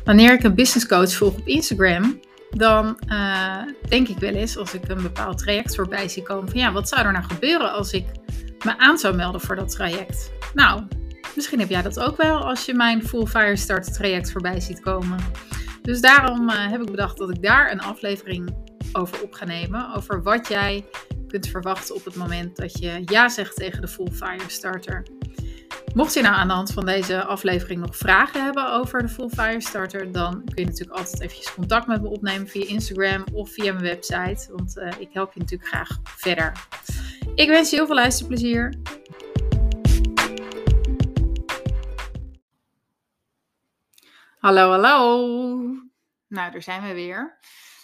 Wanneer ik een business coach volg op Instagram, dan denk ik wel eens als ik een bepaald traject voorbij zie komen van wat zou er nou gebeuren als ik me aan zou melden voor dat traject? Nou, misschien heb jij dat ook wel als je mijn Full Fire Starter traject voorbij ziet komen. Dus daarom heb ik bedacht dat ik daar een aflevering over op ga nemen. Over wat jij kunt verwachten op het moment dat je ja zegt tegen de Full Fire Starter. Mocht je nou aan de hand van deze aflevering nog vragen hebben over de Full Fire Starter, dan kun je natuurlijk altijd eventjes contact met me opnemen via Instagram of via mijn website. Want ik help je natuurlijk graag verder. Ik wens je heel veel luisterplezier. Hallo, hallo. Nou, daar zijn we weer.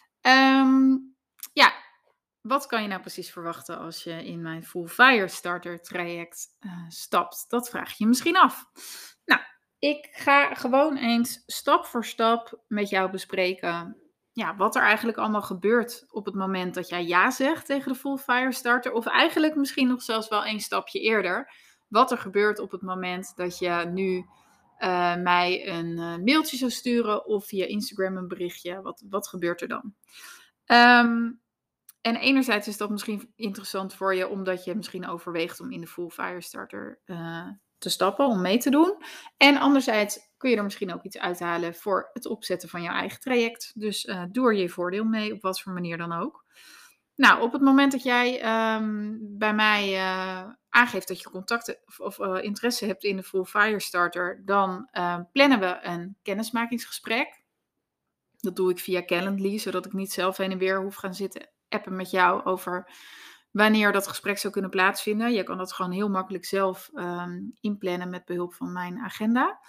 Wat kan je nou precies verwachten als je in mijn Full Fire Starter traject stapt? Dat vraag je misschien af. Nou, ik ga gewoon eens stap voor stap met jou bespreken wat er eigenlijk allemaal gebeurt op het moment dat jij ja zegt tegen de Full Fire Starter. Of eigenlijk misschien nog zelfs wel een stapje eerder. Wat er gebeurt op het moment dat je nu mij een mailtje zou sturen of via Instagram een berichtje. Wat gebeurt er dan? En enerzijds is dat misschien interessant voor je, omdat je misschien overweegt om in de Full Fire Starter te stappen, om mee te doen. En anderzijds kun je er misschien ook iets uithalen voor het opzetten van jouw eigen traject. Dus doe er je voordeel mee, op wat voor manier dan ook. Nou, op het moment dat jij bij mij aangeeft dat je contact of interesse hebt in de Full Fire Starter, dan plannen we een kennismakingsgesprek. Dat doe ik via Calendly, zodat ik niet zelf heen en weer hoef gaan zitten appen met jou over wanneer dat gesprek zou kunnen plaatsvinden. Je kan dat gewoon heel makkelijk zelf inplannen met behulp van mijn agenda.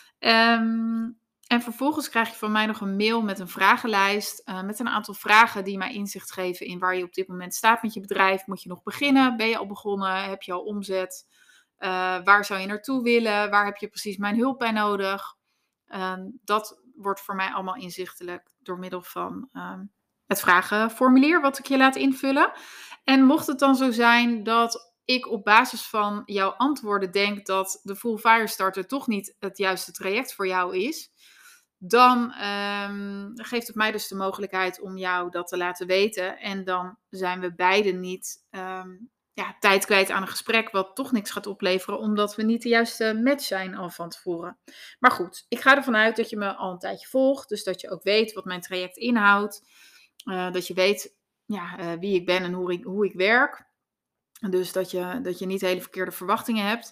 En vervolgens krijg je van mij nog een mail met een vragenlijst. Met een aantal vragen die mij inzicht geven in waar je op dit moment staat met je bedrijf. Moet je nog beginnen? Ben je al begonnen? Heb je al omzet? Waar zou je naartoe willen? Waar heb je precies mijn hulp bij nodig? Dat wordt voor mij allemaal inzichtelijk door middel van het vragenformulier wat ik je laat invullen. En mocht het dan zo zijn dat ik op basis van jouw antwoorden denk dat de Full Fire Starter toch niet het juiste traject voor jou is, dan geeft het mij dus de mogelijkheid om jou dat te laten weten. En dan zijn we beiden niet tijd kwijt aan een gesprek wat toch niks gaat opleveren, omdat we niet de juiste match zijn al van tevoren. Maar goed, ik ga ervan uit dat je me al een tijdje volgt, dus dat je ook weet wat mijn traject inhoudt. Dat je weet wie ik ben en hoe ik werk. Dus dat je niet hele verkeerde verwachtingen hebt.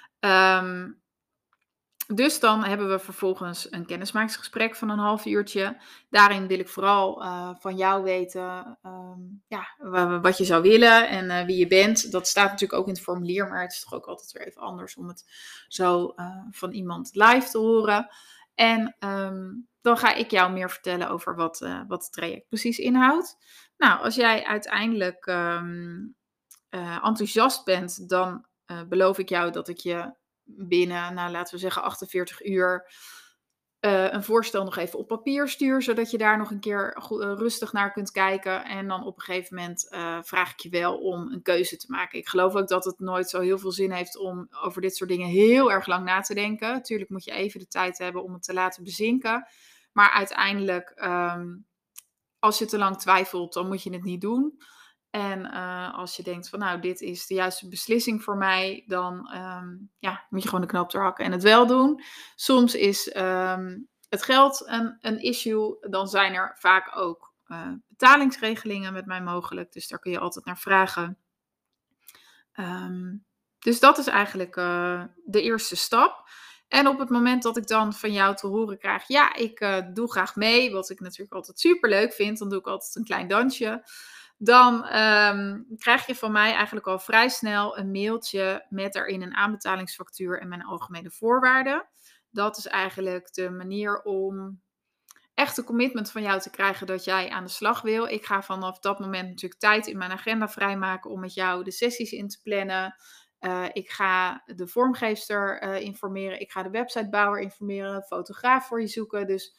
Dus dan hebben we vervolgens een kennismakingsgesprek van een half uurtje. Daarin wil ik vooral van jou weten wat je zou willen en wie je bent. Dat staat natuurlijk ook in het formulier, maar het is toch ook altijd weer even anders om het zo van iemand live te horen. En dan ga ik jou meer vertellen over wat het traject precies inhoudt. Nou, als jij uiteindelijk enthousiast bent, dan beloof ik jou dat ik je binnen, laten we zeggen 48 uur, een voorstel nog even op papier stuur, zodat je daar nog een keer rustig naar kunt kijken. En dan op een gegeven moment vraag ik je wel om een keuze te maken. Ik geloof ook dat het nooit zo heel veel zin heeft om over dit soort dingen heel erg lang na te denken. Natuurlijk moet je even de tijd hebben om het te laten bezinken. Maar uiteindelijk, als je te lang twijfelt, dan moet je het niet doen. En als je denkt van dit is de juiste beslissing voor mij, dan moet je gewoon de knoop doorhakken en het wel doen. Soms is het geld een issue. Dan zijn er vaak ook betalingsregelingen met mij mogelijk. Dus daar kun je altijd naar vragen. Dus dat is eigenlijk de eerste stap. En op het moment dat ik dan van jou te horen krijg, ik doe graag mee, wat ik natuurlijk altijd super leuk vind, dan doe ik altijd een klein dansje. Dan krijg je van mij eigenlijk al vrij snel een mailtje met daarin een aanbetalingsfactuur en mijn algemene voorwaarden. Dat is eigenlijk de manier om echt een commitment van jou te krijgen dat jij aan de slag wil. Ik ga vanaf dat moment natuurlijk tijd in mijn agenda vrijmaken om met jou de sessies in te plannen. Ik ga de vormgeefster informeren. Ik ga de websitebouwer informeren. Een fotograaf voor je zoeken. Dus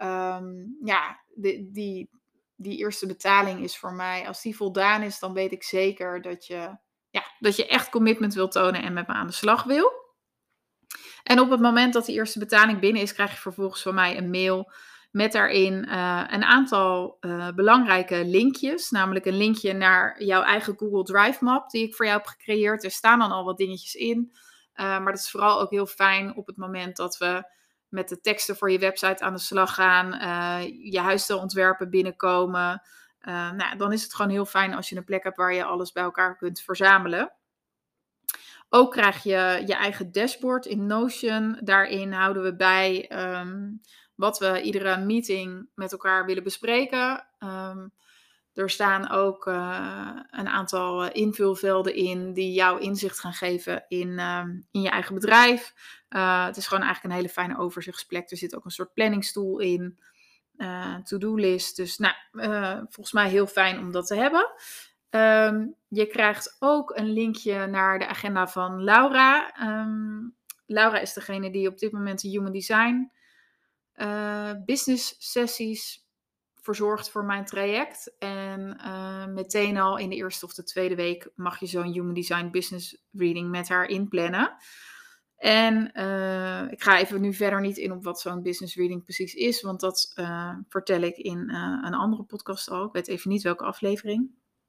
die eerste betaling is voor mij, als die voldaan is, dan weet ik zeker dat je echt commitment wil tonen en met me aan de slag wil. En op het moment dat die eerste betaling binnen is, krijg je vervolgens van mij een mail met daarin een aantal belangrijke linkjes. Namelijk een linkje naar jouw eigen Google Drive map die ik voor jou heb gecreëerd. Er staan dan al wat dingetjes in. Maar dat is vooral ook heel fijn op het moment dat we met de teksten voor je website aan de slag gaan. Je huisstijlontwerpen binnenkomen. Nou, dan is het gewoon heel fijn als je een plek hebt waar je alles bij elkaar kunt verzamelen. Ook krijg je je eigen dashboard in Notion. Daarin houden we bij wat we iedere meeting met elkaar willen bespreken. Er staan ook een aantal invulvelden in die jou inzicht gaan geven in je eigen bedrijf. Het is gewoon eigenlijk een hele fijne overzichtsplek. Er zit ook een soort planningstoel in. To-do-list. Dus nou, volgens mij heel fijn om dat te hebben. Je krijgt ook een linkje naar de agenda van Laura. Laura is degene die op dit moment de Human Design business sessies verzorgt voor mijn traject. En meteen al in de eerste of de tweede week mag je zo'n Human Design business reading met haar inplannen. En ik ga even nu verder niet in op wat zo'n business reading precies is, want dat vertel ik in een andere podcast al. Ik weet even niet welke aflevering.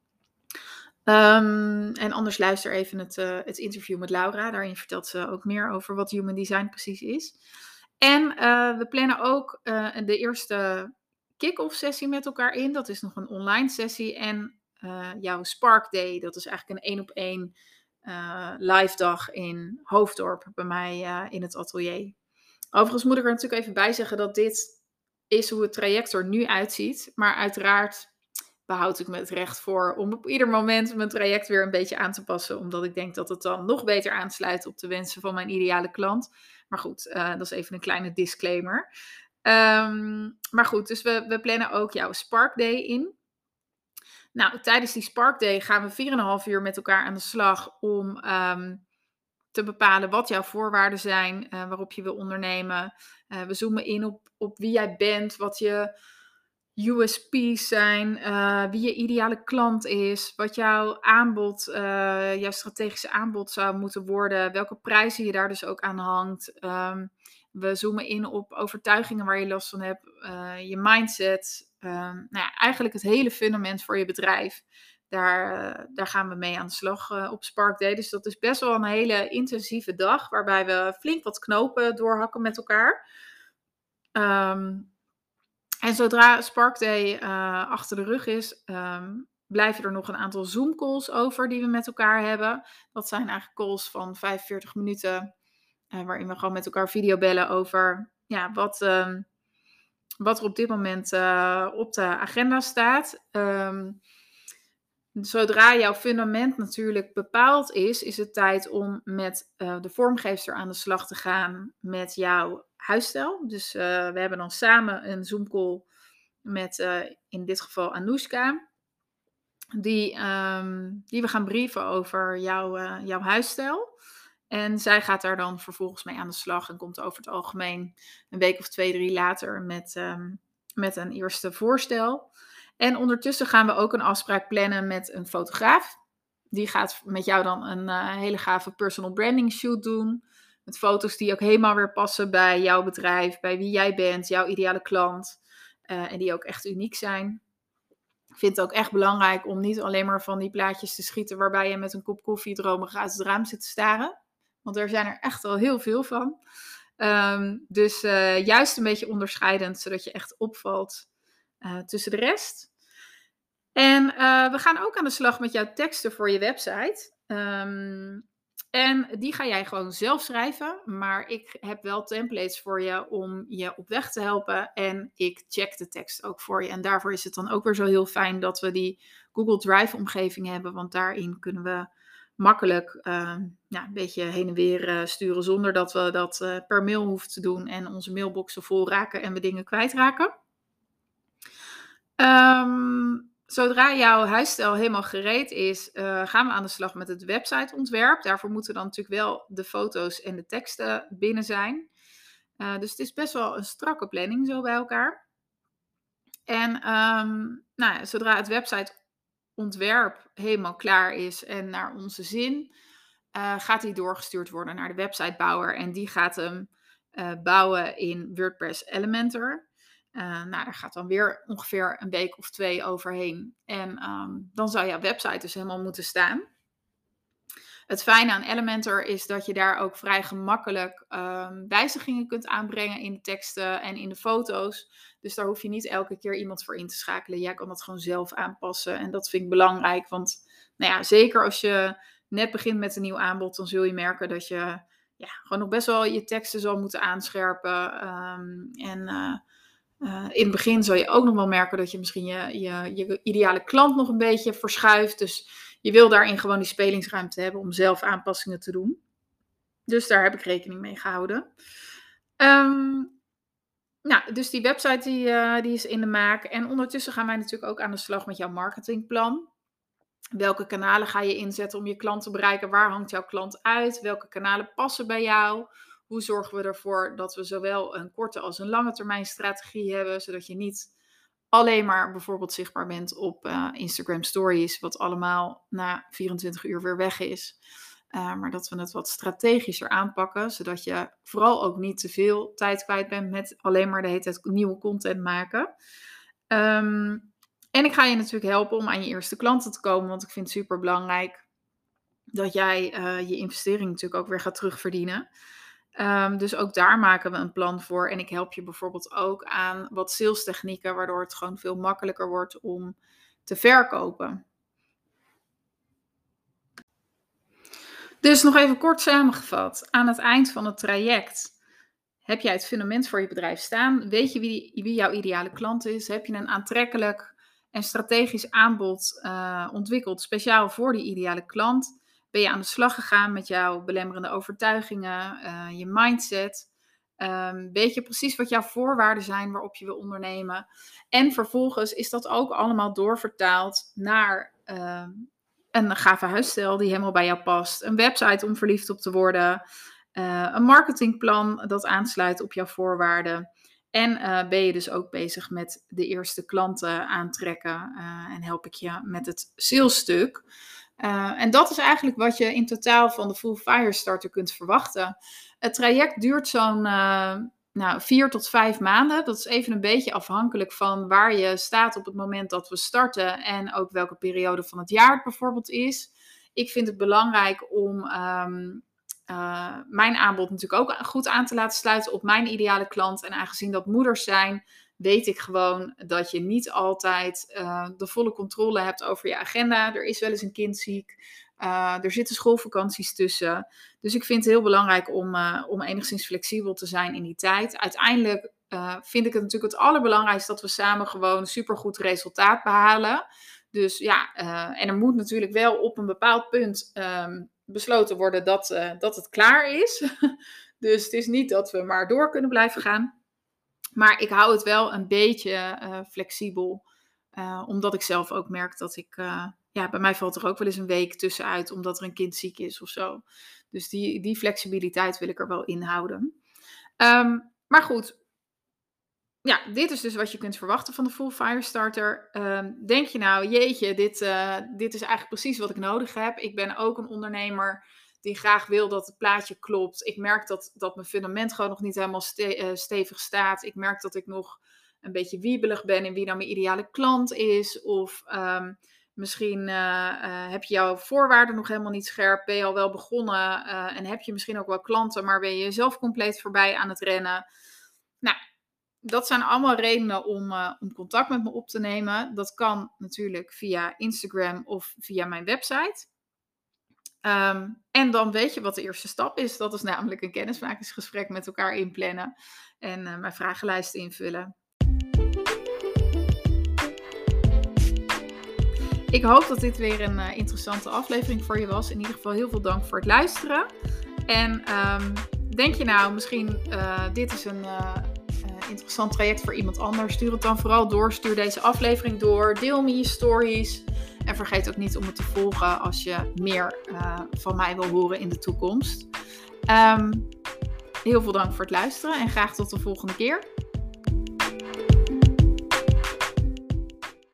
En anders luister even het interview met Laura. Daarin vertelt ze ook meer over wat Human Design precies is. En we plannen ook de eerste kick-off sessie met elkaar in. Dat is nog een online sessie. En jouw Spark Day, dat is eigenlijk een 1-op-1 live dag in Hoofddorp bij mij in het atelier. Overigens moet ik er natuurlijk even bij zeggen dat dit is hoe het traject er nu uitziet. Maar uiteraard behoud ik me het recht voor om op ieder moment mijn traject weer een beetje aan te passen. Omdat ik denk dat het dan nog beter aansluit op de wensen van mijn ideale klant. Maar goed, dat is even een kleine disclaimer. Maar goed, dus we plannen ook jouw Spark Day in. Nou, tijdens die Spark Day gaan we 4,5 uur met elkaar aan de slag om te bepalen wat jouw voorwaarden zijn, waarop je wil ondernemen. We zoomen in op wie jij bent, wat je USP's zijn, wie je ideale klant is, wat jouw aanbod, jouw strategische aanbod zou moeten worden, welke prijzen je daar dus ook aan hangt. We zoomen in op overtuigingen waar je last van hebt, je mindset. Nou ja, eigenlijk het hele fundament voor je bedrijf. Daar gaan we mee aan de slag op Spark Day. Dus dat is best wel een hele intensieve dag, waarbij we flink wat knopen doorhakken met elkaar. En zodra Spark Day achter de rug is, blijven er nog een aantal Zoom calls over die we met elkaar hebben. Dat zijn eigenlijk calls van 45 minuten, waarin we gewoon met elkaar videobellen over ja, wat er op dit moment op de agenda staat. Zodra jouw fundament natuurlijk bepaald is het tijd om met de vormgeefster aan de slag te gaan met jouw huisstijl. Dus we hebben dan samen een Zoom call met in dit geval Anoushka. Die we gaan brieven over jouw huisstijl. En zij gaat daar dan vervolgens mee aan de slag en komt over het algemeen een week of 2, 3 later met een eerste voorstel. En ondertussen gaan we ook een afspraak plannen met een fotograaf. Die gaat met jou dan een hele gave personal branding shoot doen. Met foto's die ook helemaal weer passen bij jouw bedrijf, bij wie jij bent, jouw ideale klant. En die ook echt uniek zijn. Ik vind het ook echt belangrijk om niet alleen maar van die plaatjes te schieten waarbij je met een kop koffie dromig uit het raam zit te staren. Want er zijn er echt wel heel veel van. Dus juist een beetje onderscheidend, zodat je echt opvalt tussen de rest. En we gaan ook aan de slag met jouw teksten voor je website. En die ga jij gewoon zelf schrijven. Maar ik heb wel templates voor je om je op weg te helpen. En ik check de tekst ook voor je. En daarvoor is het dan ook weer zo heel fijn dat we die Google Drive omgeving hebben. Want daarin kunnen we makkelijk een beetje heen en weer sturen. Zonder dat we dat per mail hoeven te doen. En onze mailboxen vol raken en we dingen kwijtraken. Zodra jouw huisstijl helemaal gereed is, gaan we aan de slag met het websiteontwerp. Daarvoor moeten dan natuurlijk wel de foto's en de teksten binnen zijn. Dus het is best wel een strakke planning zo bij elkaar. En zodra het websiteontwerp helemaal klaar is en naar onze zin, gaat die doorgestuurd worden naar de websitebouwer. En die gaat hem bouwen in WordPress Elementor. Nou, daar gaat dan weer ongeveer een week of 2 overheen. En dan zou jouw website dus helemaal moeten staan. Het fijne aan Elementor is dat je daar ook vrij gemakkelijk wijzigingen kunt aanbrengen in de teksten en in de foto's. Dus daar hoef je niet elke keer iemand voor in te schakelen. Jij kan dat gewoon zelf aanpassen. En dat vind ik belangrijk. Want nou ja, zeker als je net begint met een nieuw aanbod, dan zul je merken dat je gewoon nog best wel je teksten zal moeten aanscherpen. In het begin zal je ook nog wel merken dat je misschien je ideale klant nog een beetje verschuift. Dus je wil daarin gewoon die spelingsruimte hebben om zelf aanpassingen te doen. Dus daar heb ik rekening mee gehouden. Dus die website die is in de maak. En ondertussen gaan wij natuurlijk ook aan de slag met jouw marketingplan. Welke kanalen ga je inzetten om je klant te bereiken? Waar hangt jouw klant uit? Welke kanalen passen bij jou? Hoe zorgen we ervoor dat we zowel een korte als een lange termijn strategie hebben, zodat je niet alleen maar bijvoorbeeld zichtbaar bent op Instagram Stories, wat allemaal na 24 uur weer weg is. Maar dat we het wat strategischer aanpakken, zodat je vooral ook niet te veel tijd kwijt bent met alleen maar de hele tijd nieuwe content maken. En ik ga je natuurlijk helpen om aan je eerste klanten te komen, want ik vind het super belangrijk dat jij je investering natuurlijk ook weer gaat terugverdienen. Dus ook daar maken we een plan voor. En ik help je bijvoorbeeld ook aan wat sales technieken, waardoor het gewoon veel makkelijker wordt om te verkopen. Dus nog even kort samengevat. Aan het eind van het traject heb jij het fundament voor je bedrijf staan. Weet je wie jouw ideale klant is? Heb je een aantrekkelijk en strategisch aanbod ontwikkeld, speciaal voor die ideale klant? Ben je aan de slag gegaan met jouw belemmerende overtuigingen, je mindset? Weet je precies wat jouw voorwaarden zijn waarop je wil ondernemen? En vervolgens is dat ook allemaal doorvertaald naar een gave huisstijl die helemaal bij jou past. Een website om verliefd op te worden. Een marketingplan dat aansluit op jouw voorwaarden. En ben je dus ook bezig met de eerste klanten aantrekken. En help ik je met het salesstuk. En dat is eigenlijk wat je in totaal van de Full Fire Starter kunt verwachten. Het traject duurt zo'n 4 tot 5 maanden. Dat is even een beetje afhankelijk van waar je staat op het moment dat we starten. En ook welke periode van het jaar het bijvoorbeeld is. Ik vind het belangrijk om mijn aanbod natuurlijk ook goed aan te laten sluiten op mijn ideale klant. En aangezien dat moeders zijn, weet ik gewoon dat je niet altijd de volle controle hebt over je agenda. Er is wel eens een kind ziek. Er zitten schoolvakanties tussen. Dus ik vind het heel belangrijk om enigszins flexibel te zijn in die tijd. Uiteindelijk vind ik het natuurlijk het allerbelangrijkste dat we samen gewoon supergoed resultaat behalen. Dus en er moet natuurlijk wel op een bepaald punt besloten worden dat het klaar is. Dus het is niet dat we maar door kunnen blijven gaan. Maar ik hou het wel een beetje flexibel. Omdat ik zelf ook merk dat ik... bij mij valt er ook wel eens een week tussenuit omdat er een kind ziek is of zo. Dus die flexibiliteit wil ik er wel in houden. Maar goed. Ja, dit is dus wat je kunt verwachten van de Full Fire Starter. Denk je nou, jeetje, dit is eigenlijk precies wat ik nodig heb. Ik ben ook een ondernemer die graag wil dat het plaatje klopt. Ik merk dat mijn fundament gewoon nog niet helemaal stevig staat. Ik merk dat ik nog een beetje wiebelig ben in wie nou mijn ideale klant is. Of misschien heb je jouw voorwaarden nog helemaal niet scherp. Ben je al wel begonnen en heb je misschien ook wel klanten, maar ben je jezelf compleet voorbij aan het rennen. Nou, dat zijn allemaal redenen om contact met me op te nemen. Dat kan natuurlijk via Instagram of via mijn website. En dan weet je wat de eerste stap is. Dat is namelijk een kennismakingsgesprek met elkaar inplannen. En mijn vragenlijst invullen. Ik hoop dat dit weer een interessante aflevering voor je was. In ieder geval heel veel dank voor het luisteren. En denk je nou, misschien dit is een interessant traject voor iemand anders. Stuur het dan vooral door. Stuur deze aflevering door. Deel me je stories. En vergeet ook niet om me te volgen als je meer van mij wil horen in de toekomst. Heel veel dank voor het luisteren en graag tot de volgende keer.